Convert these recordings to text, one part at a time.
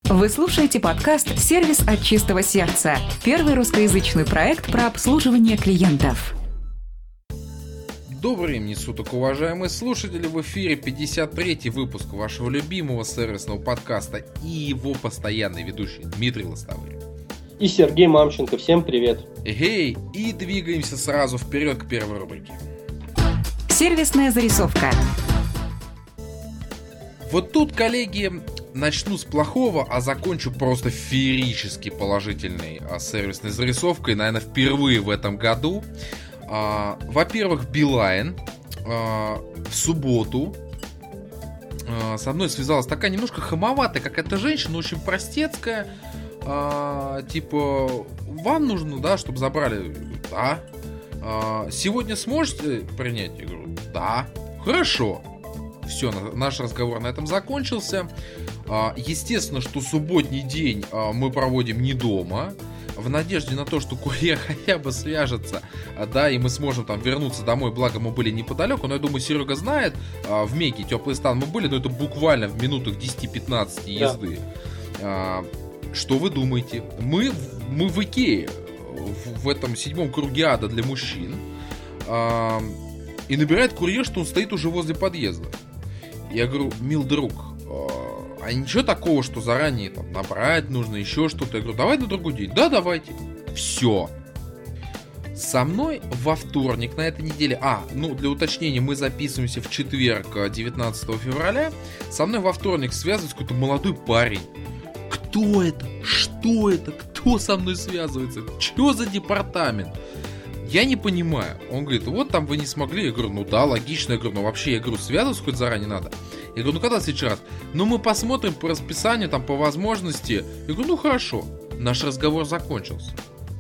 Вы слушаете подкаст «Сервис от чистого сердца». Первый русскоязычный проект про обслуживание клиентов. Доброго времени суток, уважаемые слушатели! В эфире 53-й выпуск вашего любимого сервисного подкаста и его постоянный ведущий Дмитрий Лостовой. И Сергей Мамченко. Всем привет! Эй, и двигаемся сразу вперед к первой рубрике. Сервисная зарисовка. Вот тут, коллеги, начну с плохого, а закончу просто феерически положительной сервисной зарисовкой, наверное, впервые в этом году. Во-первых, Билайн в субботу со мной связалась такая немножко хамоватая какая-то женщина, очень простецкая. Типа, вам нужно, да, чтобы забрали? Да. Сегодня сможете принять? Я говорю, да. Хорошо. Все, наш разговор на этом закончился. Естественно, что субботний день мы проводим не дома, в надежде на то, что курьер хотя бы свяжется, да, и мы сможем там вернуться домой, благо мы были неподалеку, но я думаю, Серега знает, в Меге, Теплый Стан мы были, но это буквально в минутах 10-15 езды. Да. Что вы думаете? Мы в Икее, в этом 7-м круге ада для мужчин, и набирает курьер, что он стоит уже возле подъезда. Я говорю, мил друг, а ничего такого, что заранее там набрать нужно, еще что-то? Я говорю, давай на другой день. Да, давайте. Все. Со мной во вторник на этой неделе, для уточнения, мы записываемся в четверг, 19 февраля. Со мной во вторник связывается какой-то молодой парень. Кто это? Что это? Кто со мной связывается? Что за департамент? Я не понимаю. Он говорит, вот там вы не смогли. Я говорю, ну да, логично. Я говорю, вообще, связываться хоть заранее надо. Я говорю, когда сейчас? Мы посмотрим по расписанию, там, по возможности. Я говорю, хорошо. Наш разговор закончился.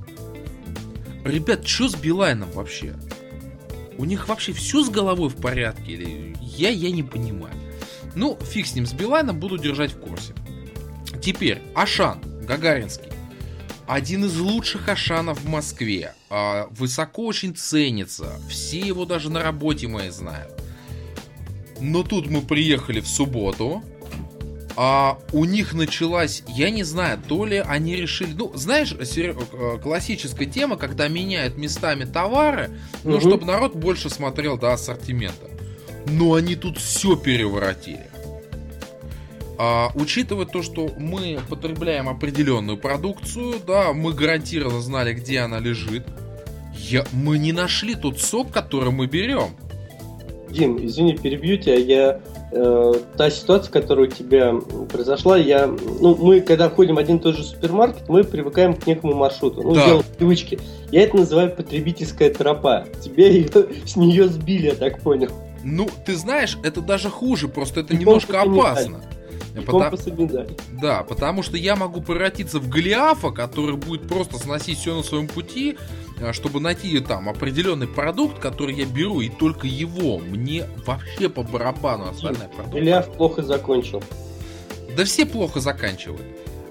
Ребят, что с Билайном вообще? У них вообще все с головой в порядке? Или я не понимаю. Фиг с ним, с Билайном, буду держать в курсе. Теперь, Ашан, Гагаринский. Один из лучших Ашанов в Москве. Высоко очень ценится. Все его даже на работе мои знают. Но тут мы приехали в субботу. У них началась, я не знаю, то ли они решили... знаешь, классическая тема, когда меняют местами товары, чтобы народ больше смотрел до ассортимента. Но они тут все переворотили. Учитывая то, что мы потребляем определенную продукцию, да, мы гарантированно знали, где она лежит, мы не нашли тот сок, который мы берем. Дим, извини, перебью тебя. Та ситуация, которая у тебя произошла, мы когда ходим в один и тот же супермаркет, мы привыкаем к некому маршруту. Делаем привычки. Я это называю потребительская тропа. Тебя с нее сбили, я так понял. Ты знаешь, это даже хуже, просто это немножко опасно. Да, потому что я могу превратиться в Голиафа, который будет просто сносить все на своем пути, чтобы найти там определенный продукт, который я беру, и только его. Мне вообще по барабану остальная продукция. Голиаф плохо закончил. Да все плохо заканчивают.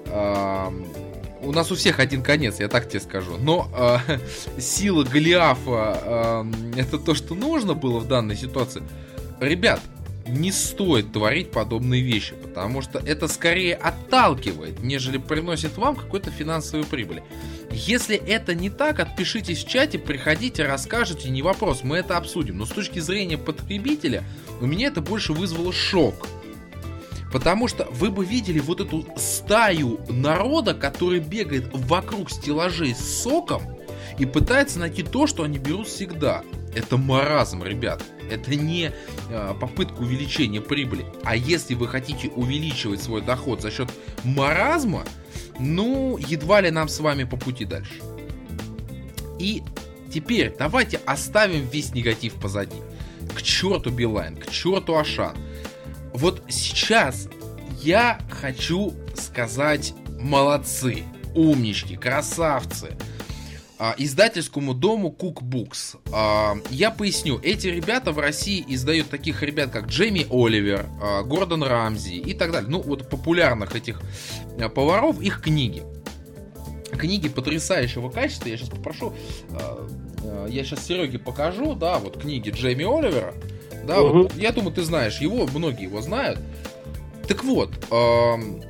У нас у всех один конец, я так тебе скажу. Но сила Голиафа это то, что нужно было в данной ситуации. Ребят, не стоит творить подобные вещи, потому что это скорее отталкивает, нежели приносит вам какой-то финансовой прибыли. Если это не так, отпишитесь в чате, приходите, расскажите, не вопрос, мы это обсудим. Но с точки зрения потребителя, у меня это больше вызвало шок. Потому что вы бы видели вот эту стаю народа, который бегает вокруг стеллажей с соком и пытается найти то, что они берут всегда. Это маразм, ребят. Это не попытка увеличения прибыли. А если вы хотите увеличивать свой доход за счет маразма, едва ли нам с вами по пути дальше. И теперь давайте оставим весь негатив позади. К черту Билайн, к черту Ашан. Вот сейчас я хочу сказать молодцы, умнички, красавцы. Издательскому дому Cookbooks. Я поясню, эти ребята в России издают таких ребят, как Джейми Оливер, Гордон Рамзи и так далее. Популярных этих поваров, их книги. Книги потрясающего качества. Я сейчас попрошу, я сейчас Сереге покажу, да, вот книги Джейми Оливера. Да, вот, я думаю, ты знаешь его, многие его знают. Так вот,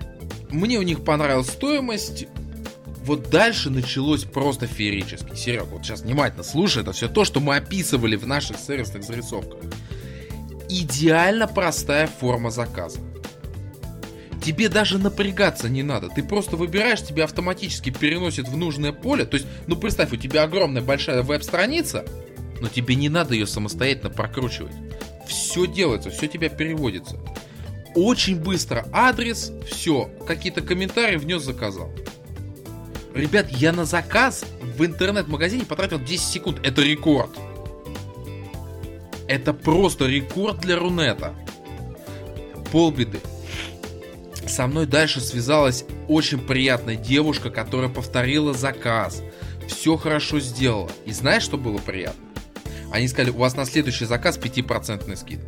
Мне у них понравилась стоимость. Вот дальше началось просто феерически. Серега, вот сейчас внимательно слушай, это все то, что мы описывали в наших сервисных зарисовках. Идеально простая форма заказа. Тебе даже напрягаться не надо. Ты просто выбираешь, тебя автоматически переносит в нужное поле. То есть, ну представь, у тебя огромная большая веб-страница, но тебе не надо ее самостоятельно прокручивать. Все делается, все тебя переводится. Очень быстро адрес, все, какие-то комментарии внес, заказал. Ребят, я на заказ в интернет-магазине потратил 10 секунд. Это рекорд. Это просто рекорд для Рунета. Полбеды. Со мной дальше связалась очень приятная девушка, которая повторила заказ. Все хорошо сделала. И знаешь, что было приятно? Они сказали, у вас на следующий заказ 5% скидка.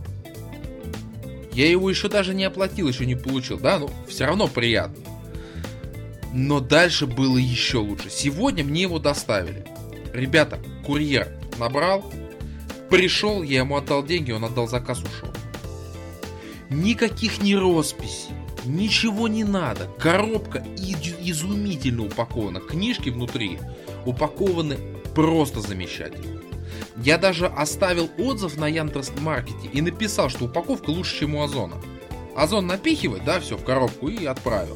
Я его еще даже не оплатил, еще не получил. Да, ну все равно приятно. Но дальше было еще лучше. Сегодня мне его доставили. Ребята, курьер набрал, пришел, я ему отдал деньги, он отдал заказ, ушел. Никаких ни росписей, ничего не надо. Коробка изумительно упакована. Книжки внутри упакованы просто замечательно. Я даже оставил отзыв на Яндекс.Маркете и написал, что упаковка лучше, чем у Озона. Озон напихивает, да, все в коробку и отправил.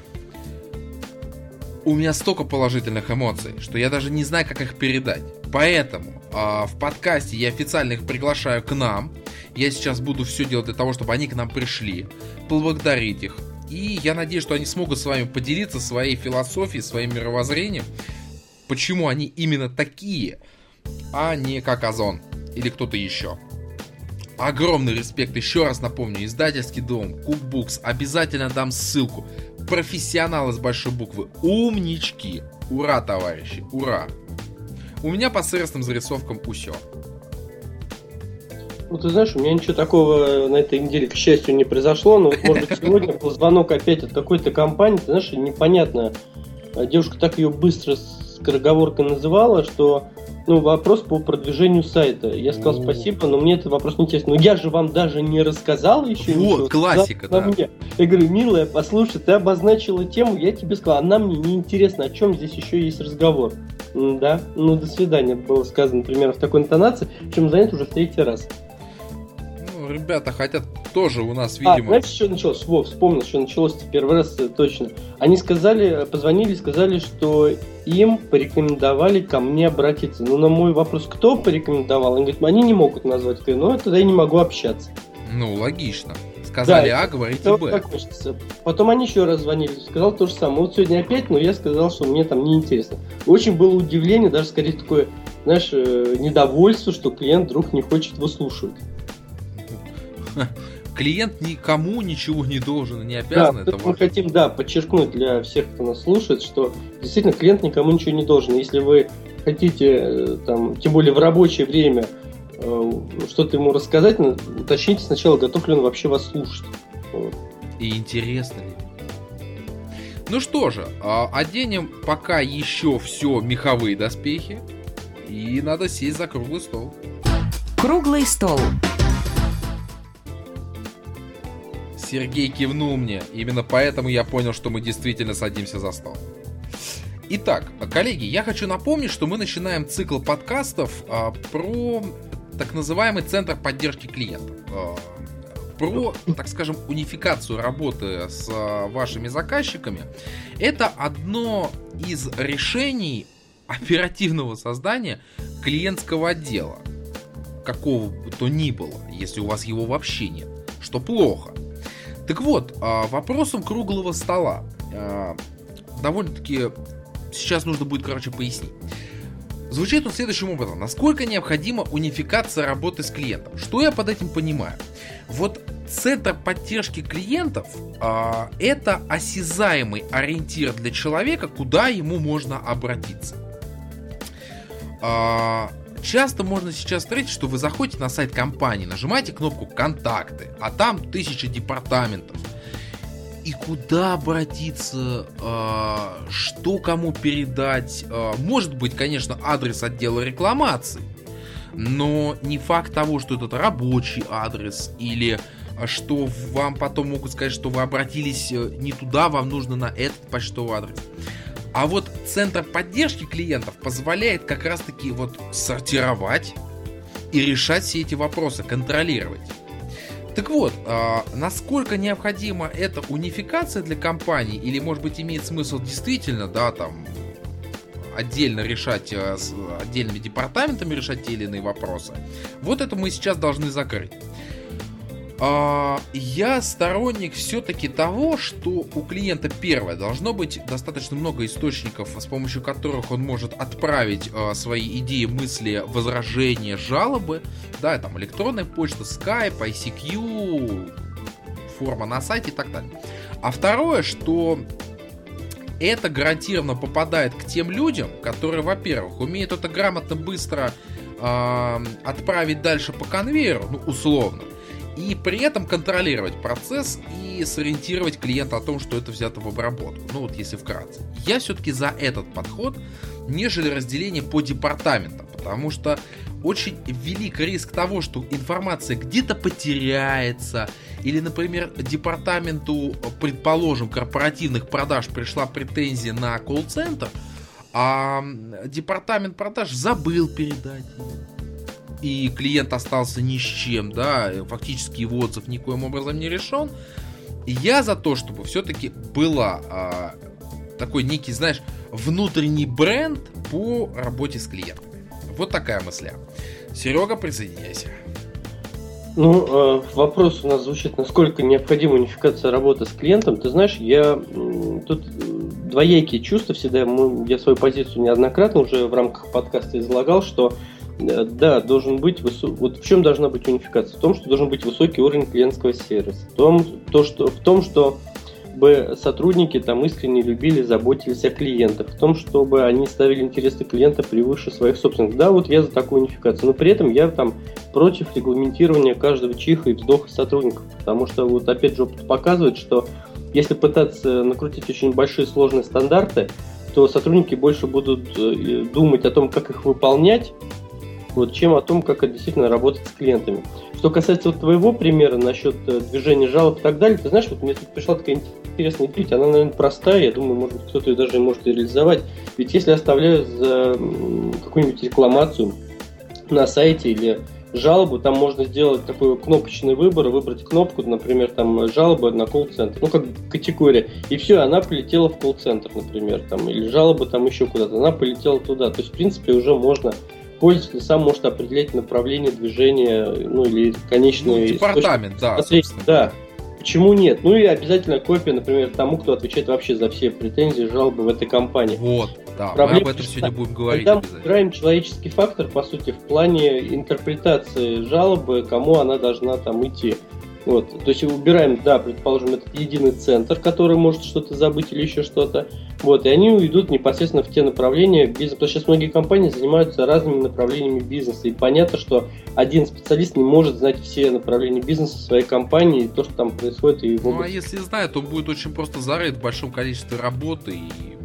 У меня столько положительных эмоций, что я даже не знаю, как их передать. Поэтому в подкасте я официально их приглашаю к нам. Я сейчас буду все делать для того, чтобы они к нам пришли, поблагодарить их. И я надеюсь, что они смогут с вами поделиться своей философией, своим мировоззрением, почему они именно такие, а не как Озон или кто-то еще. Огромный респект, еще раз напомню, издательский дом Cookbooks, обязательно дам ссылку. Профессионалы с большой буквы, умнички, ура, товарищи, ура. У меня по сервисным зарисовкам все. Ну, ты знаешь, у меня ничего такого на этой неделе, к счастью, не произошло, но, может быть, сегодня был звонок опять от какой-то компании, ты знаешь, непонятно, девушка так ее быстро скороговоркой называла, что, ну, вопрос по продвижению сайта. Я сказал спасибо, но мне этот вопрос не интересен. Но я же вам даже не рассказал еще ничего. Вот, классика, да. Мне. Я говорю, милая, послушай, ты обозначила тему, я тебе сказал, она мне не интересна, о чем здесь еще есть разговор. Да, ну, до свидания, было сказано примерно в такой интонации, причем занят уже в 3-й раз. Ну, ребята хотят тоже у нас, видимо... знаете, что началось? Вспомнил, что началось в первый раз точно. Они сказали, позвонили и сказали, что им порекомендовали ко мне обратиться. Но на мой вопрос, кто порекомендовал, они говорят, они не могут назвать, ну, тогда я не могу общаться. Ну, логично. Сказали А, говорите Б. Потом они еще раз звонили, сказал то же самое. Вот сегодня опять, но я сказал, что мне там неинтересно. Очень было удивление, даже скорее такое, знаешь, недовольство, что клиент вдруг не хочет выслушивать. Клиент никому ничего не должен и не обязан. Да, это мы хотим, подчеркнуть для всех, кто нас слушает, что действительно клиент никому ничего не должен. Если вы хотите, там, тем более в рабочее время, что-то ему рассказать, уточните сначала, готов ли он вообще вас слушать. Вот. И интересно ли. Ну что же, оденем пока еще все меховые доспехи. И надо сесть за круглый стол. Круглый стол. Сергей кивнул мне. Именно поэтому я понял, что мы действительно садимся за стол. Итак, коллеги, я хочу напомнить, что мы начинаем цикл подкастов про так называемый центр поддержки клиентов. Про, так скажем, унификацию работы с вашими заказчиками. Это одно из решений оперативного создания клиентского отдела. Какого бы то ни было, если у вас его вообще нет. Что плохо. Так вот, вопросом круглого стола. Довольно-таки сейчас нужно будет, пояснить. Звучит он следующим образом. Насколько необходима унификация работы с клиентом? Что я под этим понимаю? Вот центр поддержки клиентов это осязаемый ориентир для человека, куда ему можно обратиться. Часто можно сейчас встретить, что вы заходите на сайт компании, нажимаете кнопку «Контакты», а там 1000 департаментов. И куда обратиться, что кому передать. Может быть, конечно, адрес отдела рекламаций, но не факт того, что этот рабочий адрес или что вам потом могут сказать, что вы обратились не туда, вам нужно на этот почтовый адрес. А вот центр поддержки клиентов позволяет как раз-таки вот сортировать и решать все эти вопросы, контролировать. Так вот, насколько необходима эта унификация для компаний, или, может быть, имеет смысл действительно, да, там, отдельно решать, с отдельными департаментами решать те или иные вопросы, вот это мы сейчас должны закрыть. Я сторонник все-таки того, что у клиента, первое, должно быть достаточно много источников, с помощью которых он может отправить свои идеи, мысли, возражения, жалобы, да, там электронная почта, Skype, ICQ, форма на сайте и так далее. А второе, что это гарантированно попадает к тем людям, которые, во-первых, умеют это грамотно, быстро отправить дальше по конвейеру, ну, условно, и при этом контролировать процесс и сориентировать клиента о том, что это взято в обработку. Ну вот если вкратце. Я все-таки за этот подход, нежели разделение по департаментам, потому что очень велик риск того, что информация где-то потеряется, или, например, департаменту, предположим, корпоративных продаж пришла претензия на колл-центр, а департамент продаж забыл передать, и клиент остался ни с чем, да, фактически его отзыв никоим образом не решен. Я за то, чтобы все-таки была такой некий, знаешь, внутренний бренд по работе с клиентами. Вот такая мысля. Серега, присоединяйся. Ну, вопрос у нас звучит, насколько необходима унификация работы с клиентом. Ты знаешь, я тут двоякие чувства всегда, я свою позицию неоднократно уже в рамках подкаста излагал, что да, должен быть вот в чем должна быть унификация? В том, что должен быть высокий уровень клиентского сервиса. В том, чтобы сотрудники там искренне любили, заботились о клиентах. В том, чтобы они ставили интересы клиента превыше своих собственных. Да, вот я за такую унификацию. Но при этом я там против регламентирования каждого чиха и вздоха сотрудников. Потому что вот опять же опыт показывает, что если пытаться накрутить очень большие сложные стандарты, то сотрудники больше будут думать о том, как их выполнять, вот, чем о том, как действительно работать с клиентами. Что касается вот твоего примера насчет движения жалоб и так далее, ты знаешь, вот мне тут пришла такая интересная идея, она, наверное, простая, я думаю, может быть, кто-то ее даже может реализовать. Ведь если оставляю за какую-нибудь рекламацию на сайте или жалобу, там можно сделать такой кнопочный выбор, выбрать кнопку, например, там жалоба на колл-центр, ну, как категория, и все, она полетела в колл-центр, например, там, или жалоба там еще куда-то, она полетела туда. То есть, в принципе, уже можно... Пользователь сам может определять направление движения, ну или конечный... департамент, да, да. Почему нет? Ну и обязательно копия, например, тому, кто отвечает вообще за все претензии, жалобы в этой компании. Вот, да, мы об этом сегодня будем говорить обязательно. Когда мы убираем человеческий фактор, по сути, в плане интерпретации жалобы, кому она должна там идти. Вот. То есть убираем, да, предположим, этот единый центр, который может что-то забыть или еще что-то. Вот. И они уйдут непосредственно в те направления бизнеса. Потому что сейчас многие компании занимаются разными направлениями бизнеса. И понятно, что один специалист не может знать все направления бизнеса своей компании и то, что там происходит. И ну, а если знает, то будет очень просто зарыт в большом количестве работы.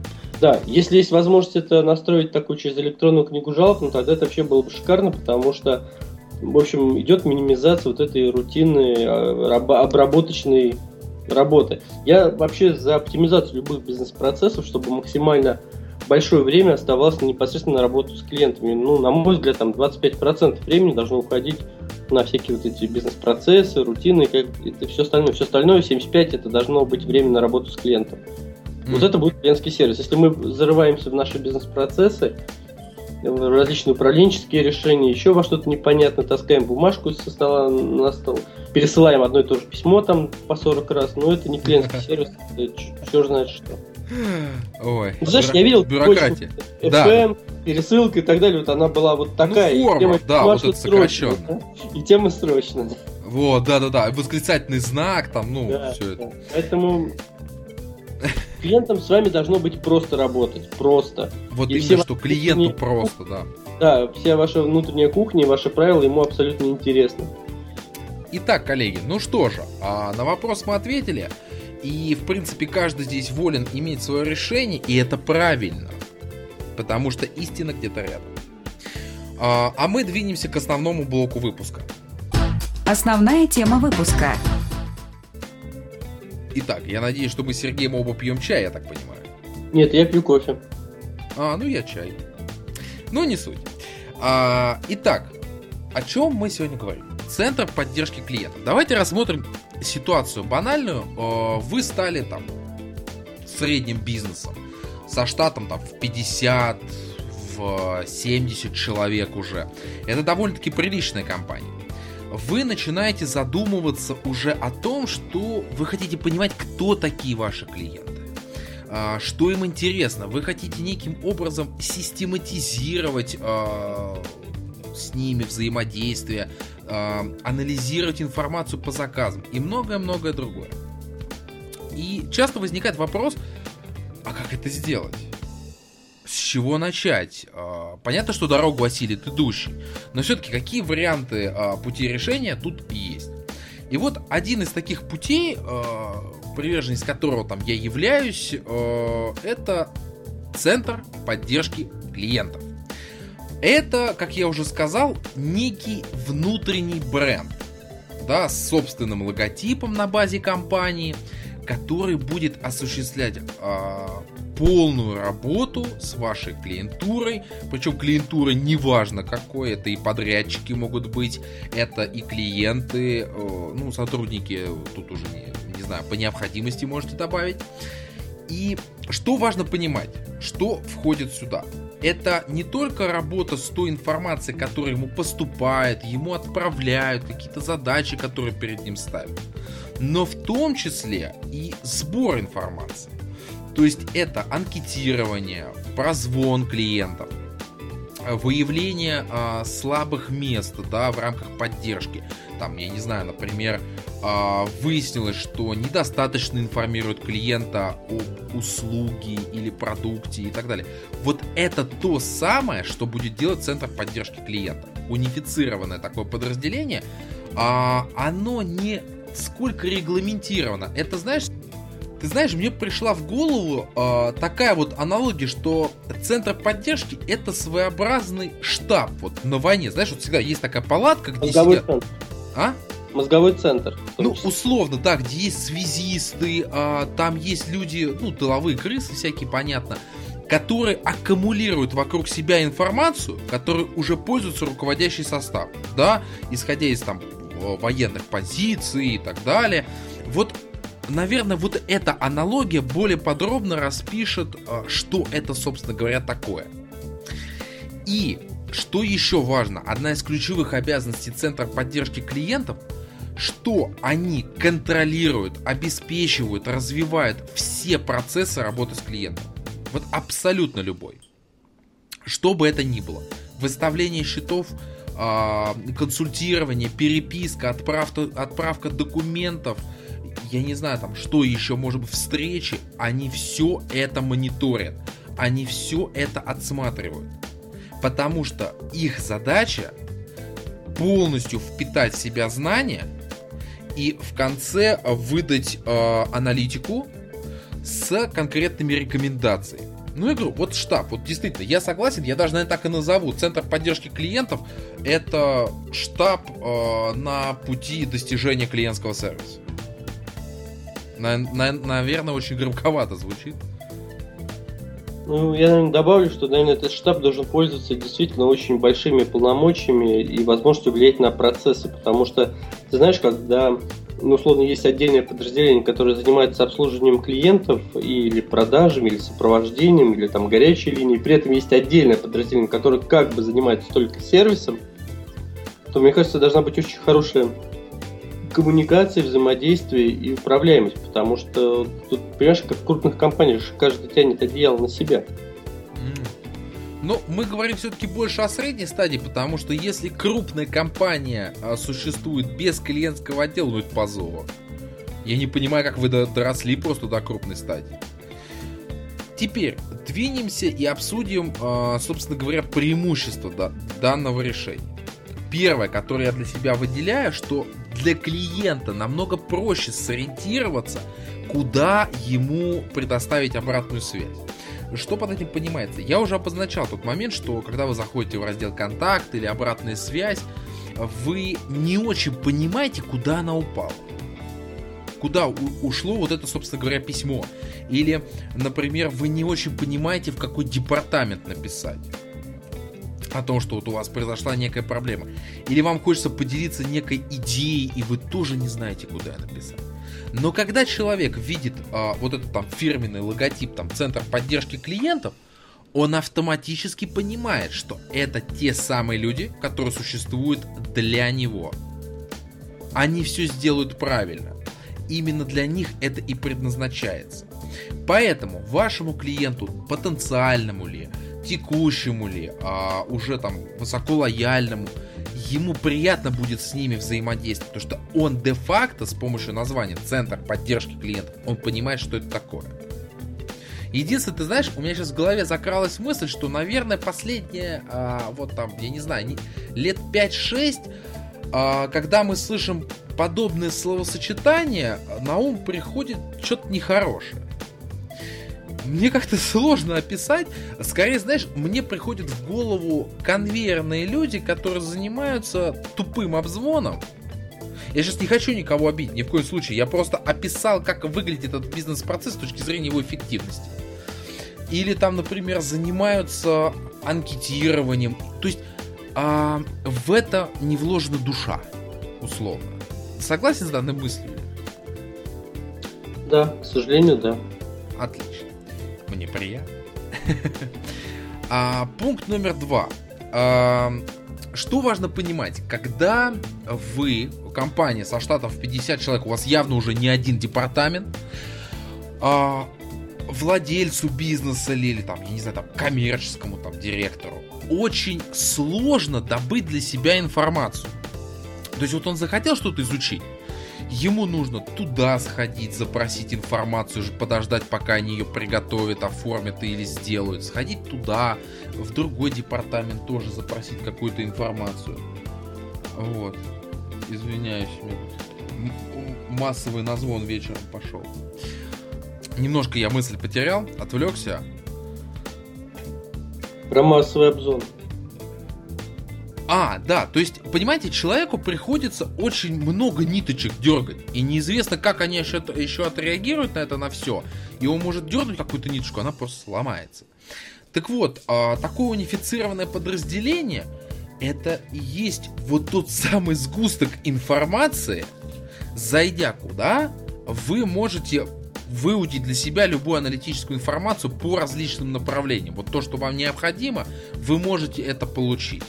Да, если есть возможность это настроить такую через электронную книгу жалоб, ну тогда это вообще было бы шикарно, потому что в общем, идет минимизация вот этой рутинной обработочной работы. Я вообще за оптимизацию любых бизнес-процессов, чтобы максимально большое время оставалось непосредственно на работу с клиентами. Ну, на мой взгляд, там 25% времени должно уходить на всякие вот эти бизнес-процессы, рутины, как это все остальное. Все остальное, 75% это должно быть время на работу с клиентом. Вот это будет клиентский сервис. Если мы зарываемся в наши бизнес-процессы, различные управленческие решения, еще во что-то непонятное, таскаем бумажку со стола на стол, пересылаем одно и то же письмо там по 40 раз, но это не клиентский сервис, это черт знает что. Ой, знаешь, я видел бюрократия. FM, пересылка и так далее, вот она была вот такая. Ну, форма, да, вот это сокращенно. Да? И тема срочно. Вот, да, восклицательный знак там, ну, да, все это. Поэтому клиентам с вами должно быть просто работать, просто. Вот и именно, что клиенту просто, да. Да, вся ваша внутренняя кухня и ваши правила ему абсолютно интересны. Итак, коллеги, ну что же, на вопрос мы ответили. И, в принципе, каждый здесь волен иметь свое решение, и это правильно. Потому что истина где-то рядом. А мы двинемся к основному блоку выпуска. Основная тема выпуска. Итак, я надеюсь, что мы с Сергеем оба пьем чай, я так понимаю. Нет, я пью кофе. Ну я чай. Ну, не суть. Итак, о чем мы сегодня говорим? Центр поддержки клиентов. Давайте рассмотрим ситуацию банальную. Вы стали там средним бизнесом со штатом там в 50, в 70 человек уже. Это довольно-таки приличная компания. Вы начинаете задумываться уже о том, что вы хотите понимать, кто такие ваши клиенты, что им интересно. Вы хотите неким образом систематизировать с ними взаимодействие, анализировать информацию по заказам и многое-многое другое. И часто возникает вопрос, а как это сделать? С чего начать? Понятно, что дорогу осилит идущий, но все-таки какие варианты пути решения тут есть? И вот один из таких путей, приверженец которого там я являюсь, это центр поддержки клиентов. Это, как я уже сказал, некий внутренний бренд, да, с собственным логотипом на базе компании, который будет осуществлять полную работу с вашей клиентурой. Причем клиентура неважно какой, это и подрядчики могут быть, это и клиенты, ну, сотрудники тут уже не знаю, по необходимости можете добавить. И что важно понимать, что входит сюда. Это не только работа с той информацией, которая ему поступает, ему отправляют, какие-то задачи, которые перед ним ставят, но в том числе и сбор информации. То есть это анкетирование, прозвон клиентов, выявление слабых мест, да, в рамках поддержки. Там, я не знаю, например, выяснилось, что недостаточно информируют клиента об услуге или продукте и так далее. Вот это то самое, что будет делать Центр поддержки клиента. Унифицированное такое подразделение, оно не сколько регламентировано. Это, знаешь, ты знаешь, мне пришла в голову такая вот аналогия, что Центр поддержки — это своеобразный штаб вот на войне. Знаешь, вот всегда есть такая палатка, где сидят... Мозговой центр. Ну, условно, да, где есть связисты, там есть люди, ну, тыловые крысы всякие, понятно, которые аккумулируют вокруг себя информацию, которой уже пользуется руководящий состав, да, исходя из там военных позиций и так далее. Вот, наверное, вот эта аналогия более подробно распишет, что это, собственно говоря, такое. И что еще важно, одна из ключевых обязанностей Центра поддержки клиентов, что они контролируют, обеспечивают, развивают все процессы работы с клиентом. Вот абсолютно любой. Что бы это ни было. Выставление счетов, консультирование, переписка, отправка документов, я не знаю, там, что еще, может быть, встречи, они все это мониторят, они все это отсматривают. Потому что их задача полностью впитать в себя знания и в конце выдать аналитику с конкретными рекомендациями. Ну, я говорю, вот штаб, вот действительно, я согласен, я даже, наверное, так и назову. Центр поддержки клиентов — это штаб на пути достижения клиентского сервиса. Наверное, очень громковато звучит. Ну, я, наверное, добавлю, что, наверное, этот штаб должен пользоваться действительно очень большими полномочиями и возможностью влиять на процессы, потому что, ты знаешь, когда, ну, условно, есть отдельное подразделение, которое занимается обслуживанием клиентов или продажами, или сопровождением, или там горячей линией, при этом есть отдельное подразделение, которое как бы занимается только сервисом, то, мне кажется, должна быть очень хорошая коммуникация, взаимодействие и управляемость, потому что тут, понимаешь, как в крупных компаниях каждый тянет одеяло на себя. Но мы говорим все-таки больше о средней стадии, потому что если крупная компания существует без клиентского отдела, ну это позор. Я не понимаю, как вы доросли просто до крупной стадии. Теперь двинемся и обсудим, собственно говоря, преимущества данного решения. Первое, которое я для себя выделяю, что для клиента намного проще сориентироваться, куда ему предоставить обратную связь. Что под этим понимается? Я уже обозначал тот момент, что когда вы заходите в раздел «Контакт» или «Обратная связь», вы не очень понимаете, куда она упала. куда ушло вот это, собственно говоря, письмо. Или, например, вы не очень понимаете, в какой департамент написать о том, что вот у вас произошла некая проблема. Или вам хочется поделиться некой идеей, и вы тоже не знаете, куда написать. Но когда человек видит вот этот там фирменный логотип, там, центр поддержки клиентов, он автоматически понимает, что это те самые люди, которые существуют для него. Они все сделают правильно. Именно для них это и предназначается. Поэтому вашему клиенту, потенциальному ли, текущему ли, уже там высоко лояльному, ему приятно будет с ними взаимодействовать, потому что он де-факто с помощью названия Центр поддержки клиентов, он понимает, что это такое. Единственное, ты знаешь, у меня сейчас в голове закралась мысль, что, наверное, последние, вот там, я не знаю, лет 5-6, когда мы слышим подобные словосочетания, на ум приходит что-то нехорошее. Мне как-то сложно описать. Скорее, знаешь, мне приходят в голову конвейерные люди, которые занимаются тупым обзвоном. Я сейчас не хочу никого обидеть, ни в коем случае. Я просто описал, как выглядит этот бизнес-процесс с точки зрения его эффективности. Или там, например, занимаются анкетированием. То есть в это не вложена душа, условно. Согласен с данной мыслью? Да, к сожалению, да. Отлично. Мне приятно. Пункт номер 2. Что важно понимать? Когда вы, компания со штатом в 50 человек, у вас явно уже не один департамент, владельцу бизнеса или там, я не знаю, там, коммерческому там, директору очень сложно добыть для себя информацию. То есть вот он захотел что-то изучить, ему нужно туда сходить, запросить информацию, подождать, пока они ее приготовят, оформят или сделают. Сходить туда, в другой департамент тоже запросить какую-то информацию. Вот. Извиняюсь, массовый назвон вечером пошел. Немножко я мысль потерял, отвлекся. Про массовый обзор. Да, то есть, понимаете, человеку приходится очень много ниточек дергать, и неизвестно, как они еще отреагируют на это, на все, и он может дернуть какую-то ниточку, она просто сломается. Так вот, такое унифицированное подразделение, это и есть вот тот самый сгусток информации, зайдя куда, вы можете выудить для себя любую аналитическую информацию по различным направлениям. Вот то, что вам необходимо, вы можете это получить.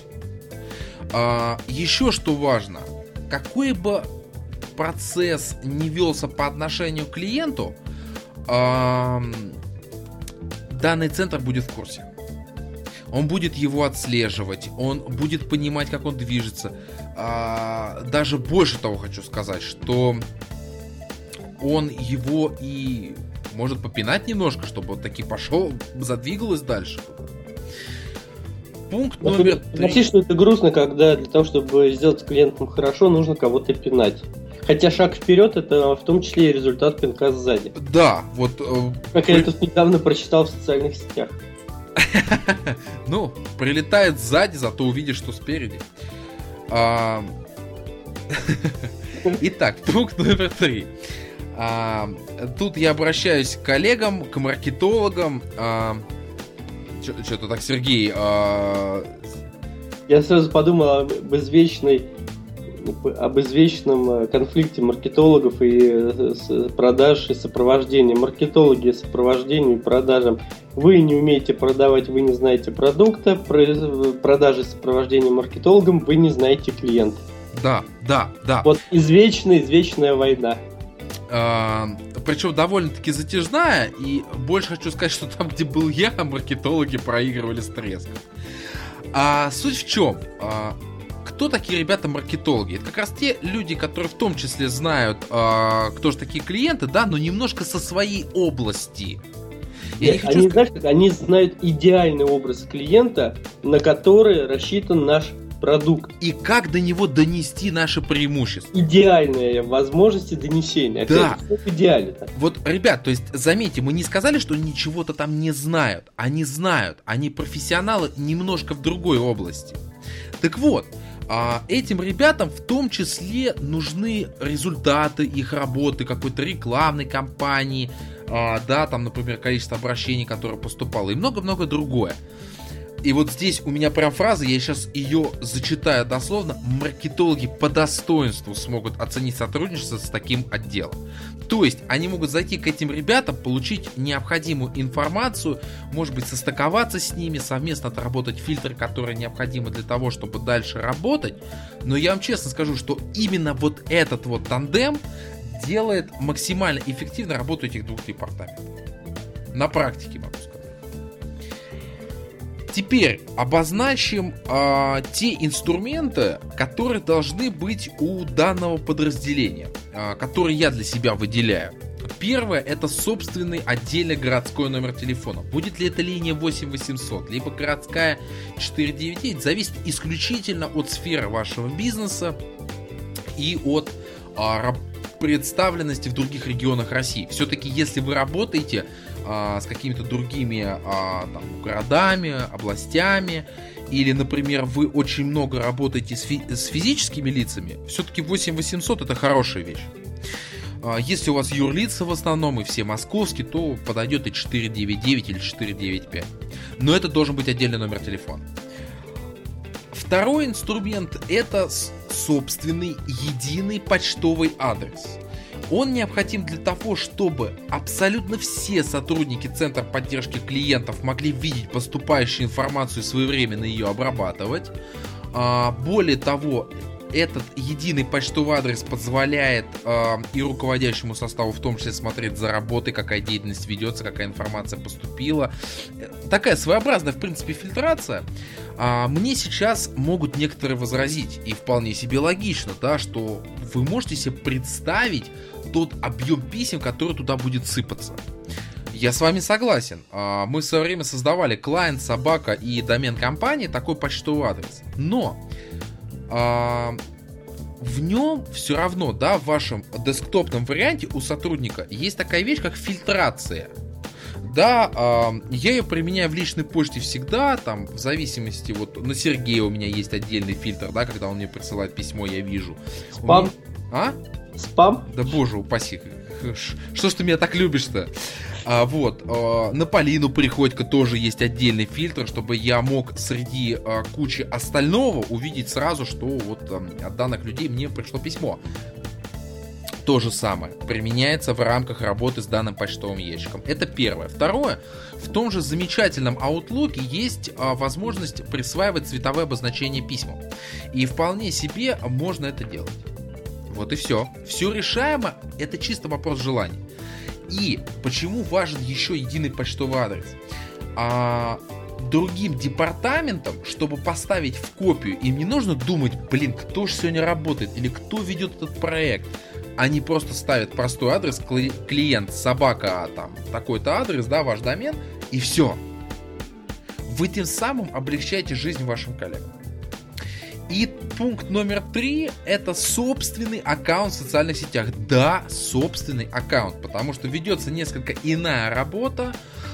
Еще что важно, какой бы процесс не велся по отношению к клиенту, данный центр будет в курсе. Он будет его отслеживать, он будет понимать, как он движется. Даже больше того хочу сказать, что он его и может попинать немножко, чтобы он таки пошел, задвигалось дальше. Пункт номер 3. Согласись, что это грустно, когда для того, чтобы сделать с клиентом хорошо, нужно кого-то пинать. Хотя шаг вперед — это в том числе и результат пинка сзади. Да, вот... Как я тут недавно прочитал в социальных сетях. Ну, прилетает сзади, зато увидишь, что спереди. Итак, пункт номер 3. Тут я обращаюсь к коллегам, к маркетологам. Что-то так, Сергей... Я сразу подумал об извечном конфликте маркетологов и продаж и сопровождения. Маркетологи сопровождению и продажам. Вы не умеете продавать, вы не знаете продукта. Продажи сопровождения маркетологам, вы не знаете клиента. Да. Вот извечная война. Причем довольно-таки затяжная, и больше хочу сказать, что там, где был я, маркетологи проигрывали с треском. Суть в чем? Кто такие ребята-маркетологи? Это как раз те люди, которые в том числе знают, кто же такие клиенты, да, но немножко со своей области. Они знают идеальный образ клиента, на который рассчитан наш продукт. И как до него донести наше преимущество. Идеальные возможности донесения. Да. Опять, идеально. Вот, ребят, то есть, заметьте, мы не сказали, что они чего-то там не знают. Они знают. Они профессионалы немножко в другой области. Так вот, Этим ребятам в том числе нужны результаты их работы, какой-то рекламной кампании, да, там, например, количество обращений, которое поступало, и много-много другое. И вот здесь у меня прям фраза, я сейчас ее зачитаю дословно: маркетологи по достоинству смогут оценить сотрудничество с таким отделом. То есть они могут зайти к этим ребятам, получить необходимую информацию, может быть, состыковаться с ними, совместно отработать фильтры, которые необходимы для того, чтобы дальше работать. Но я вам честно скажу, что именно вот этот вот тандем делает максимально эффективно работу этих двух департаментов. На практике могу сказать. Теперь обозначим те инструменты, которые должны быть у данного подразделения, которые я для себя выделяю. Первое — это собственный отдельный городской номер телефона. Будет ли это линия 8800, либо городская 499, зависит исключительно от сферы вашего бизнеса и от представленности в других регионах России. Все-таки, если вы работаете с какими-то другими там, городами, областями, или, например, вы очень много работаете с физическими лицами, все-таки 8800 это хорошая вещь. Если у вас юрлица в основном и все московские, то подойдет и 499 или 495. Но это должен быть отдельный номер телефона. Второй инструмент — это собственный единый почтовый адрес. Он необходим для того, чтобы абсолютно все сотрудники Центра поддержки клиентов могли видеть поступающую информацию и своевременно ее обрабатывать. Более того, этот единый почтовый адрес позволяет и руководящему составу в том числе смотреть за работой, какая деятельность ведется, какая информация поступила. Такая своеобразная, в принципе, фильтрация. Мне сейчас могут некоторые возразить, и вполне себе логично, да, что вы можете себе представить тот объем писем, который туда будет сыпаться. Я с вами согласен. Мы в свое время создавали клиент, собака и домен компании, такой почтовый адрес. Но в нем все равно, да, в вашем десктопном варианте у сотрудника есть такая вещь, как фильтрация. Да, я ее применяю в личной почте всегда, там, в зависимости, вот, на Сергея у меня есть отдельный фильтр, да, когда он мне присылает письмо, я вижу. Спам? Спам? Да боже упаси, что ж ты меня так любишь-то? Вот, на Полину Приходько тоже есть отдельный фильтр, чтобы я мог среди кучи остального увидеть сразу, что вот от данных людей мне пришло письмо. То же самое применяется в рамках работы с данным почтовым ящиком. Это первое. Второе. В том же замечательном Outlook есть возможность присваивать цветовые обозначения письмам. И вполне себе можно это делать. Вот и все. Все решаемо. Это чисто вопрос желания. И почему важен еще единый почтовый адрес? Другим департаментам, чтобы поставить в копию, им не нужно думать, блин, кто же сегодня работает или кто ведет этот проект. Они просто ставят простой адрес, клиент, собака, там, такой-то адрес, да, ваш домен, и все. Вы тем самым облегчаете жизнь вашим коллегам. И пункт номер 3 — это собственный аккаунт в социальных сетях. Да, собственный аккаунт, потому что ведется несколько иная работа,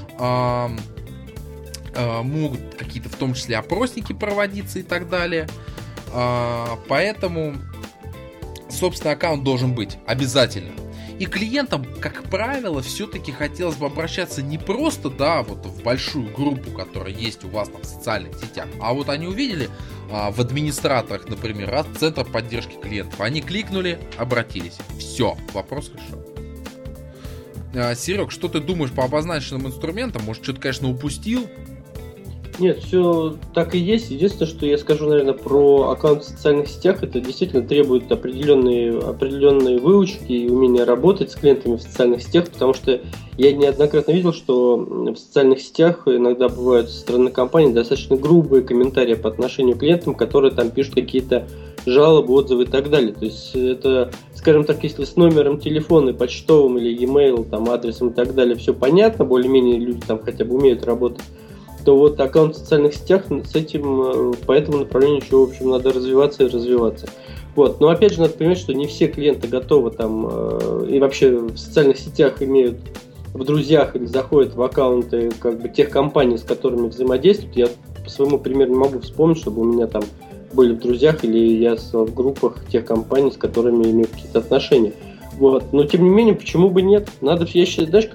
могут какие-то в том числе опросники проводиться и так далее. Поэтому собственный аккаунт должен быть обязательно. И клиентам, как правило, все-таки хотелось бы обращаться не просто, да, вот в большую группу, которая есть у вас там в социальных сетях, а вот они увидели в администраторах, например, от Центра поддержки клиентов. Они кликнули, обратились. Все, вопрос решен. Серег, что ты думаешь по обозначенным инструментам? Может, что-то, конечно, упустил? Нет, все так и есть. Единственное, что я скажу, наверное, про аккаунты в социальных сетях, это действительно требует определенные выучки и умения работать с клиентами в социальных сетях, потому что я неоднократно видел, что в социальных сетях иногда бывают со стороны компании достаточно грубые комментарии по отношению к клиентам, которые там пишут какие-то жалобы, отзывы и так далее. То есть это, скажем так, если с номером телефона, почтовым или e-mail, там, адресом и так далее все понятно, более-менее люди там хотя бы умеют работать, то вот аккаунт в социальных сетях с этим, по этому направлению еще, в общем, надо развиваться и развиваться. Вот. Но опять же надо понимать, что не все клиенты готовы там и вообще в социальных сетях имеют в друзьях или заходят в аккаунты как бы тех компаний, с которыми взаимодействуют. Я по своему примеру не могу вспомнить, чтобы у меня там были в друзьях, или я в группах тех компаний, с которыми имею какие-то отношения. Вот. Но тем не менее, почему бы нет? Надо, я считаю, знаешь,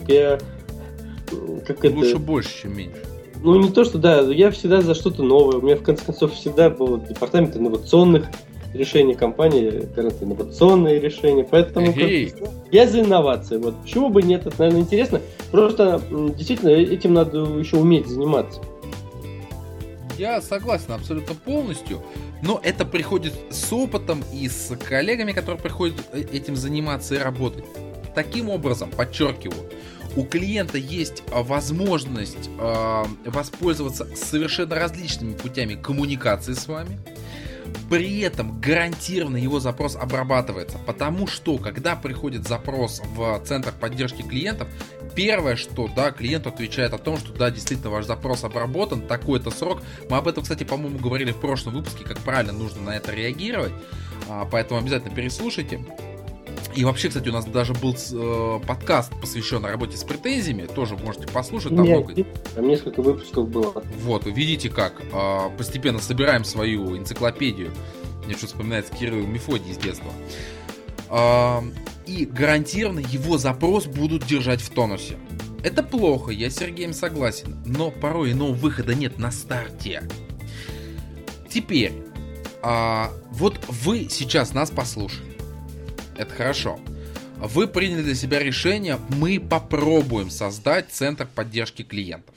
Лучше больше, чем меньше. Ну, не то, что да, я всегда за что-то новое. У меня, в конце концов, всегда был департамент инновационных решений компании, инновационные решения. Поэтому я за инновации. Вот. Почему бы нет? Это, наверное, интересно. Просто действительно этим надо еще уметь заниматься. Я согласен абсолютно полностью. Но это приходит с опытом и с коллегами, которые приходят этим заниматься и работать. Таким образом, подчеркиваю, у клиента есть возможность воспользоваться совершенно различными путями коммуникации с вами. При этом гарантированно его запрос обрабатывается, потому что, когда приходит запрос в центр поддержки клиентов, первое, что, да, клиент отвечает о том, что, да, действительно, ваш запрос обработан, такой-то срок. Мы об этом, кстати, по-моему, говорили в прошлом выпуске, как правильно нужно на это реагировать, поэтому обязательно переслушайте. И вообще, кстати, у нас даже был подкаст, посвященный работе с претензиями. Тоже можете послушать. Там несколько выпусков было. Вот, вы видите, как постепенно собираем свою энциклопедию. Мне что-то вспоминается Кирилл Мефодий из детства. И гарантированно его запрос будут держать в тонусе. Это плохо, я с Сергеем согласен. Но порой иного выхода нет на старте. Теперь, вот вы сейчас нас послушали. Это хорошо. Вы приняли для себя решение, мы попробуем создать центр поддержки клиентов.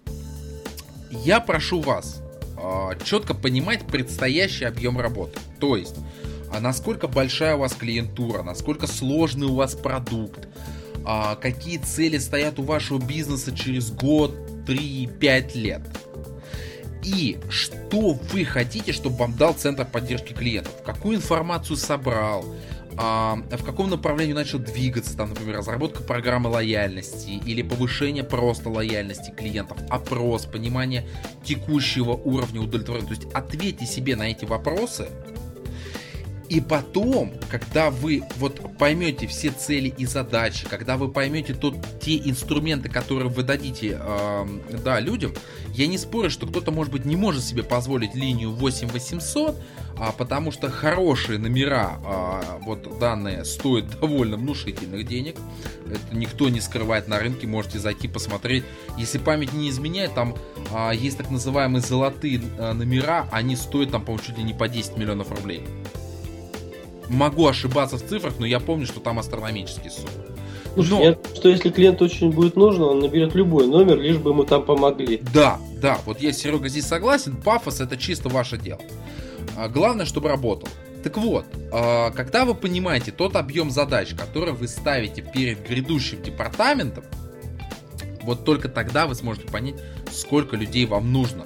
Я прошу вас четко понимать предстоящий объем работы. То есть, насколько большая у вас клиентура, насколько сложный у вас продукт, какие цели стоят у вашего бизнеса через год, 3-5 лет. И что вы хотите, чтобы вам дал центр поддержки клиентов. Какую информацию собрал, в каком направлении начал двигаться, там, например, разработка программы лояльности или повышение просто лояльности клиентов, опрос, понимание текущего уровня удовлетворения. То есть ответьте себе на эти вопросы, и потом, когда вы вот поймете все цели и задачи, когда вы поймете те инструменты, которые вы дадите людям, я не спорю, что кто-то, может быть, не может себе позволить линию 8800, потому что хорошие номера, вот данные, стоят довольно внушительных денег. Это никто не скрывает на рынке, можете зайти посмотреть. Если память не изменяет, там есть так называемые золотые номера, они стоят там, по-моему, чуть ли не по 10 миллионов рублей. Могу ошибаться в цифрах, но я помню, что там астрономические суммы. Что если клиенту очень будет нужно, он наберет любой номер, лишь бы ему там помогли. Да, вот я, Серега, здесь согласен, пафос — это чисто ваше дело. Главное, чтобы работал. Так вот, когда вы понимаете тот объем задач, который вы ставите перед грядущим департаментом, вот только тогда вы сможете понять, сколько людей вам нужно.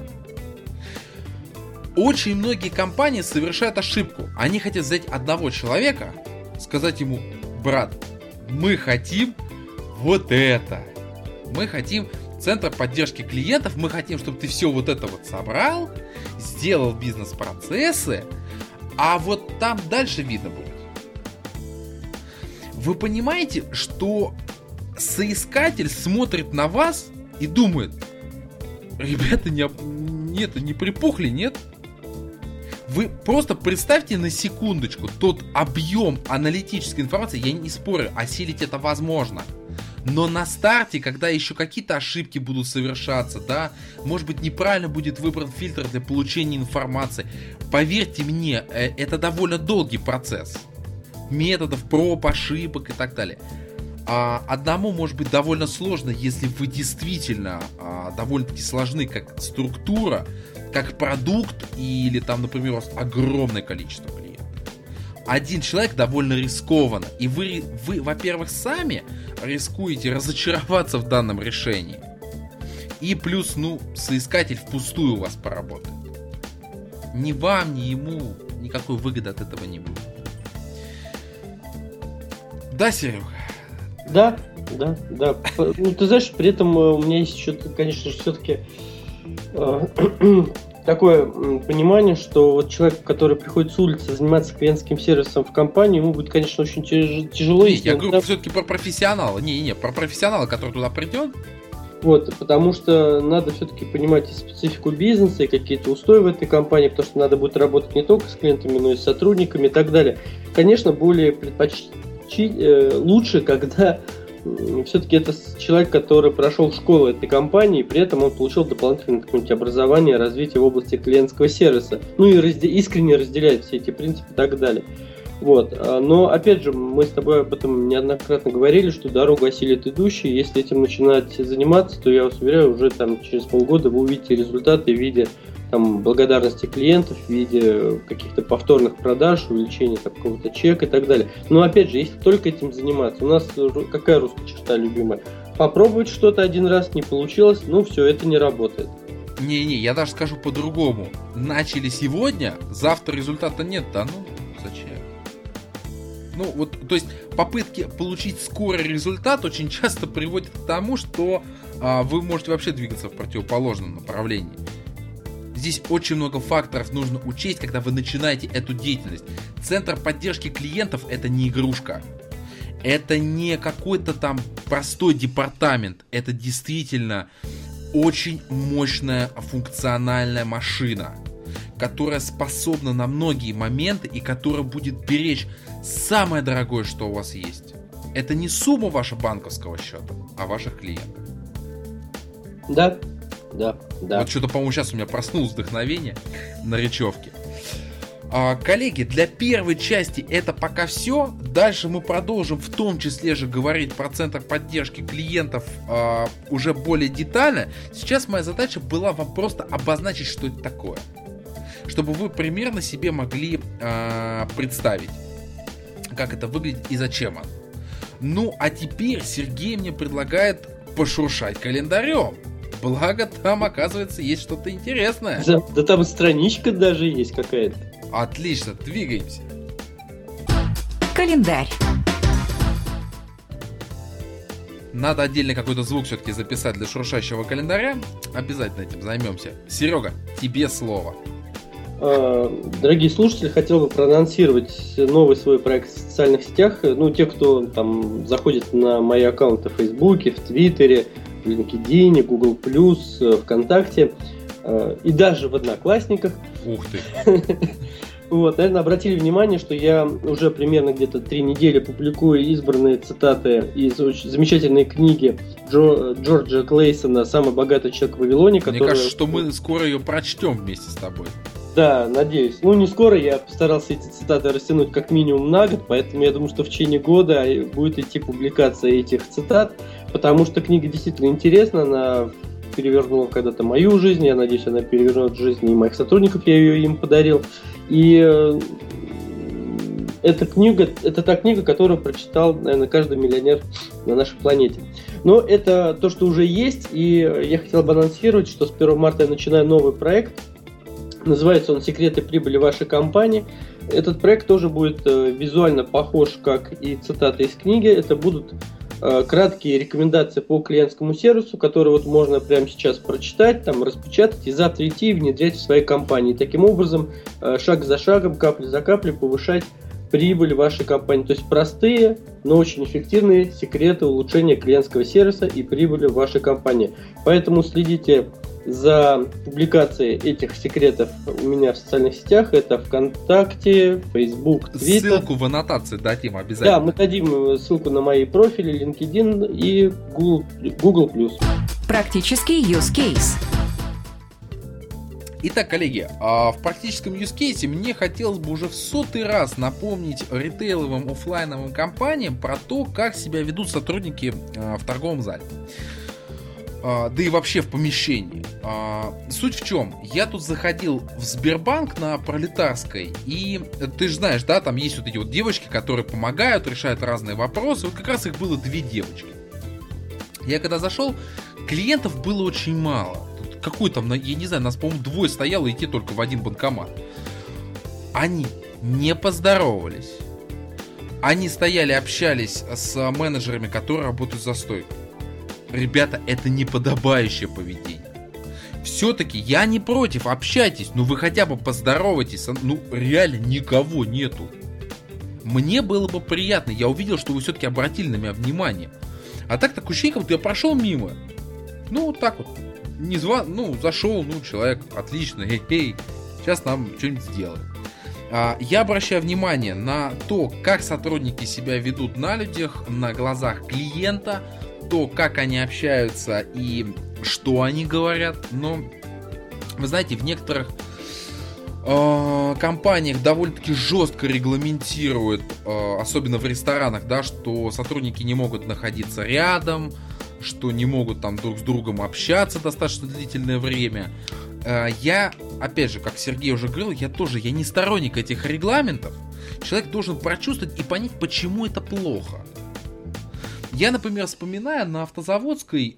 Очень многие компании совершают ошибку. Они хотят взять одного человека, сказать ему: брат, мы хотим вот это. Мы хотим центр поддержки клиентов, мы хотим, чтобы ты все вот это вот собрал, сделал бизнес-процессы, а вот там дальше видно будет. Вы понимаете, что соискатель смотрит на вас и думает: ребята, не припухли, нет? Вы просто представьте на секундочку тот объем аналитической информации. Я не спорю, осилить это возможно. Но на старте, когда еще какие-то ошибки будут совершаться, да, может быть, неправильно будет выбран фильтр для получения информации. Поверьте мне, это довольно долгий процесс. Методов, проб, ошибок и так далее. Одному может быть довольно сложно, если вы действительно довольно-таки сложны как структура, как продукт, или там, например, у вас огромное количество клиентов. Один человек довольно рискованно, и вы, во-первых, сами рискуете разочароваться в данном решении, и плюс, соискатель впустую у вас поработает. Ни вам, ни ему никакой выгоды от этого не будет. Да, Серега? Да. Ты знаешь, при этом у меня есть еще, конечно же, все-таки такое понимание, что вот человек, который приходит с улицы заниматься клиентским сервисом в компании, ему будет, конечно, очень тяжело. Я говорю все-таки про профессионала. Про профессионала, который туда придет, Вот, потому что надо все-таки понимать и специфику бизнеса, и какие-то устои в этой компании, потому что надо будет работать не только с клиентами, но и с сотрудниками и так далее. Конечно, более лучше, когда все-таки это человек, который прошел школу этой компании, и при этом он получил дополнительное какое-нибудь образование, развитие в области клиентского сервиса, ну и искренне разделяет все эти принципы и так далее. Вот. Но, опять же, мы с тобой об этом неоднократно говорили, что дорогу осилит идущий. Если этим начинать заниматься, то, я вас уверяю, уже там, через полгода вы увидите результаты в виде там, благодарности клиентов, в виде каких-то повторных продаж, увеличения там, какого-то чека и так далее. Но, опять же, если только этим заниматься, у нас какая русская черта любимая? Попробовать что-то один раз, не получилось, ну все, это не работает. Не-не, я даже скажу по-другому. Начали сегодня, завтра результата нет, да ну, зачем? Ну, вот, то есть, попытки получить скорый результат очень часто приводят к тому, что вы можете вообще двигаться в противоположном направлении. Здесь очень много факторов нужно учесть, когда вы начинаете эту деятельность. Центр поддержки клиентов — это не игрушка. Это не какой-то там простой департамент. Это действительно очень мощная функциональная машина, которая способна на многие моменты и которая будет беречь самое дорогое, что у вас есть. Это не сумма вашего банковского счета, а ваших клиентов. Да. Вот что-то, по-моему, сейчас у меня проснулось вдохновение на речевке. Коллеги, для первой части это пока все. Дальше мы продолжим в том числе же говорить про центр поддержки клиентов уже более детально. Сейчас моя задача была вам просто обозначить, что это такое, чтобы вы примерно себе могли представить, как это выглядит и зачем оно. Ну, а теперь Сергей мне предлагает пошуршать календарем. Благо, там, оказывается, есть что-то интересное. Да там страничка даже есть какая-то. Отлично, двигаемся. Календарь. Надо отдельно какой-то звук все-таки записать для шуршащего календаря. Обязательно этим займемся. Серега, тебе слово. Дорогие слушатели, хотел бы проанонсировать новый свой проект в социальных сетях. Ну, те, кто там заходит на мои аккаунты в Фейсбуке, в Твиттере, в LinkedIn, Google+, ВКонтакте и даже в Одноклассниках. Ух ты! Вот, наверное, обратили внимание, что я уже примерно где-то 3 недели публикую избранные цитаты из очень замечательной книги Джорджа Клейсона «Самый богатый человек в Вавилоне». Мне кажется, что мы скоро ее прочтем вместе с тобой. Да, надеюсь. Ну, не скоро, я постарался эти цитаты растянуть как минимум на год, поэтому я думаю, что в течение года будет идти публикация этих цитат, потому что книга действительно интересна, она перевернула когда-то мою жизнь, я надеюсь, она перевернет жизнь и моих сотрудников, я ее им подарил. И эта книга, это та книга, которую прочитал, наверное, каждый миллионер на нашей планете. Но это то, что уже есть, и я хотел бы анонсировать, что с 1 марта я начинаю новый проект. Называется он «Секреты прибыли вашей компании». Этот проект тоже будет визуально похож, как и цитаты из книги. Это будут краткие рекомендации по клиентскому сервису, которые вот можно прямо сейчас прочитать, там, распечатать и завтра идти и внедрять в своей компании. Таким образом, шаг за шагом, капля за каплей повышать прибыль вашей компании. То есть простые, но очень эффективные секреты улучшения клиентского сервиса и прибыли вашей компании. Поэтому следите за публикацией этих секретов у меня в социальных сетях. Это ВКонтакте, Facebook, Twitter. Ссылку в аннотации дадим обязательно. Да, мы дадим ссылку на мои профили, LinkedIn и Google+. Практический use case. Итак, коллеги, в практическом use case мне хотелось бы уже в 100-й раз напомнить ритейловым офлайновым компаниям про то, как себя ведут сотрудники в торговом зале. Да и вообще в помещении. Суть в чем? Я тут заходил в Сбербанк на Пролетарской, и ты же знаешь, да, там есть вот эти вот девочки, которые помогают, решают разные вопросы. Вот как раз их было 2 девочки. Я когда зашел, клиентов было очень мало. Какой там, я не знаю, нас, по-моему, 2 стояло, идти только в один банкомат. Они не поздоровались. Они стояли, общались с менеджерами, которые работают за стойкой. Ребята, это неподобающее поведение. Все-таки я не против, общайтесь, но вы хотя бы поздоровайтесь. Ну, реально никого нету. Мне было бы приятно, я увидел, что вы все-таки обратили на меня внимание. А так ощущение, как будто я прошел мимо. Ну, вот так вот. Зашел, человек, отлично, эй, сейчас нам что-нибудь сделают. Я обращаю внимание на то, как сотрудники себя ведут на людях, на глазах клиента, то, как они общаются и что они говорят. Но, вы знаете, в некоторых компаниях довольно-таки жестко регламентируют, особенно в ресторанах, да, что сотрудники не могут находиться рядом, что не могут там друг с другом общаться достаточно длительное время. Я, опять же, как Сергей уже говорил, я не сторонник этих регламентов. Человек должен прочувствовать и понять, почему это плохо. Я, например, вспоминаю, на Автозаводской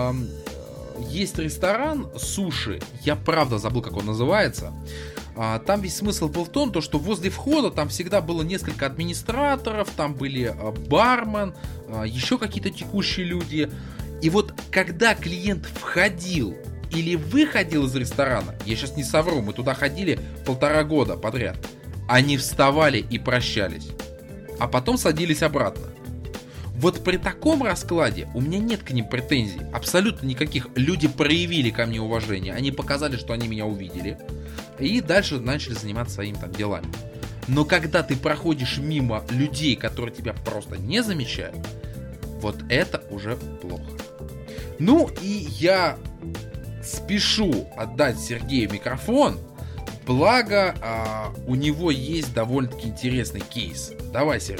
есть ресторан суши. Я правда забыл, как он называется. Там весь смысл был в том, что возле входа там всегда было несколько администраторов, там были бармен, еще какие-то текущие люди. И вот когда клиент входил или выходил из ресторана, я сейчас не совру, мы туда ходили 1,5 года подряд, они вставали и прощались, а потом садились обратно. Вот при таком раскладе у меня нет к ним претензий, абсолютно никаких. Люди проявили ко мне уважение, они показали, что они меня увидели, и дальше начали заниматься своими там делами. Но когда ты проходишь мимо людей, которые тебя просто не замечают, вот это уже плохо. Ну и я спешу отдать Сергею микрофон, благо у него есть довольно-таки интересный кейс. Давай, Серега.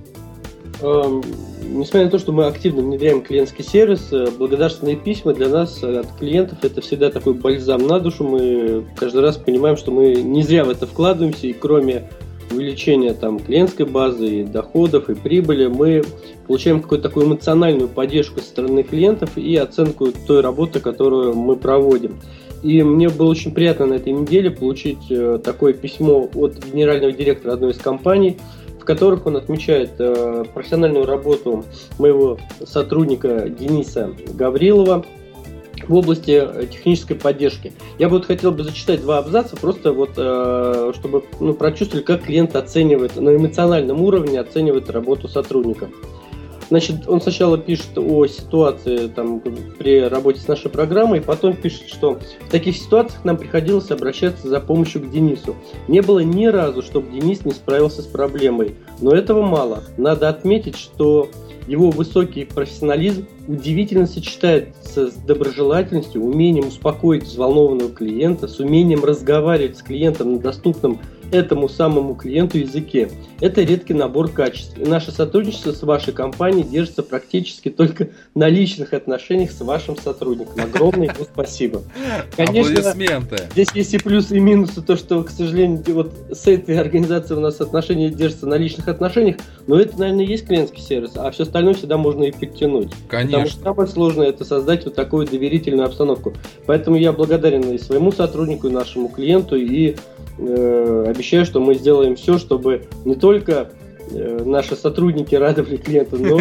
Несмотря на то, что мы активно внедряем клиентский сервис, благодарственные письма для нас от клиентов это всегда такой бальзам на душу. Мы каждый раз понимаем, что мы не зря в это вкладываемся, и кроме увеличения там клиентской базы, и доходов, и прибыли, мы получаем какую-то такую эмоциональную поддержку со стороны клиентов и оценку той работы, которую мы проводим. И мне было очень приятно на этой неделе получить такое письмо от генерального директора одной из компаний, в которых он отмечает профессиональную работу моего сотрудника Дениса Гаврилова в области технической поддержки. Я бы хотел бы зачитать 2 абзаца, просто чтобы прочувствовали, как клиент оценивает, на эмоциональном уровне оценивает работу сотрудника. Значит, он сначала пишет о ситуации при работе с нашей программой, потом пишет, что в таких ситуациях нам приходилось обращаться за помощью к Денису. Не было ни разу, чтобы Денис не справился с проблемой, но этого мало. Надо отметить, что его высокий профессионализм удивительно сочетается с доброжелательностью, умением успокоить взволнованного клиента, с умением разговаривать с клиентом на доступном этому самому клиенту языке. Это редкий набор качеств. И наше сотрудничество с вашей компанией держится практически только на личных отношениях с вашим сотрудником. Огромное ему спасибо. Конечно, здесь есть и плюсы, и минусы. То, что, к сожалению, вот с этой организацией у нас отношения держатся на личных отношениях, но это, наверное, и есть клиентский сервис, а все остальное всегда можно и подтянуть. Конечно. Потому что самое сложное — это создать вот такую доверительную обстановку. Поэтому я благодарен и своему сотруднику, и нашему клиенту, и обещаю, что мы сделаем все, чтобы не только наши сотрудники радовали клиента, но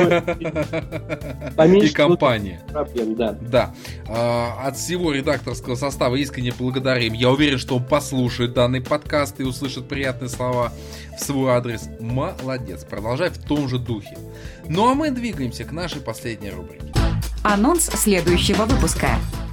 и поменьше и компания. Проблем, да. Да. От всего редакторского состава искренне благодарим. Я уверен, что он послушает данный подкаст и услышит приятные слова в свой адрес. Молодец. Продолжай в том же духе. Ну а мы двигаемся к нашей последней рубрике. Анонс следующего выпуска.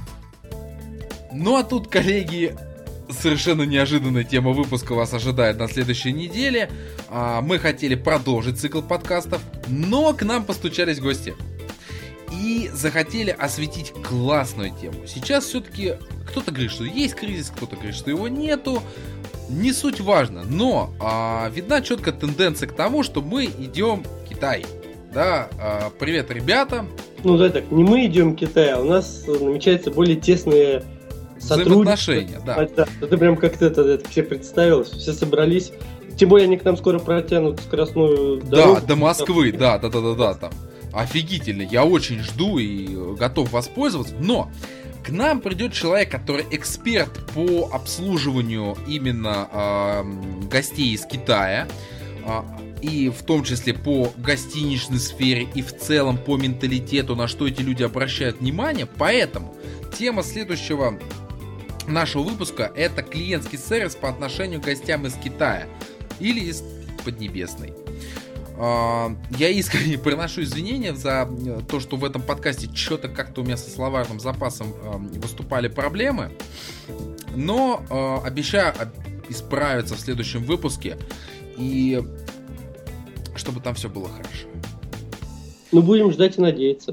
Ну а тут, коллеги, совершенно неожиданная тема выпуска вас ожидает на следующей неделе. Мы хотели продолжить цикл подкастов, но к нам постучались гости и захотели осветить классную тему. Сейчас все-таки кто-то говорит, что есть кризис, кто-то говорит, что его нету. Не суть важно, но видна четкая тенденция к тому, что мы идем в Китай. Да, привет, ребята. Ну да, так, не мы идем в Китай, а у нас намечается более тесные взаимоотношения, да. Ты прям как-то это все представилось, все собрались. Тем более они к нам скоро протянут скоростную дорогу. Да, до Москвы, да, там. Офигительно, я очень жду и готов воспользоваться, но к нам придет человек, который эксперт по обслуживанию именно гостей из Китая, и в том числе по гостиничной сфере, и в целом по менталитету, на что эти люди обращают внимание. Поэтому тема следующего нашего выпуска — это клиентский сервис по отношению к гостям из Китая или из Поднебесной. Я искренне приношу извинения за то, что в этом подкасте что-то как-то у меня со словарным запасом выступали проблемы. Но обещаю исправиться в следующем выпуске. И чтобы там все было хорошо. Ну, будем ждать и надеяться.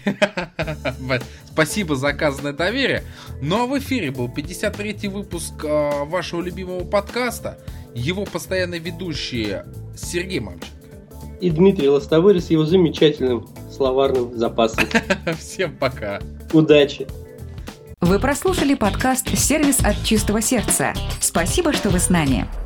Спасибо за оказанное доверие. Ну а в эфире был 53-й выпуск вашего любимого подкаста. Его постоянные ведущие Сергей Мамченко и Дмитрий Лостовырь с его замечательным словарным запасом. Всем пока. Удачи. Вы прослушали подкаст «Сервис от чистого сердца». Спасибо, что вы с нами.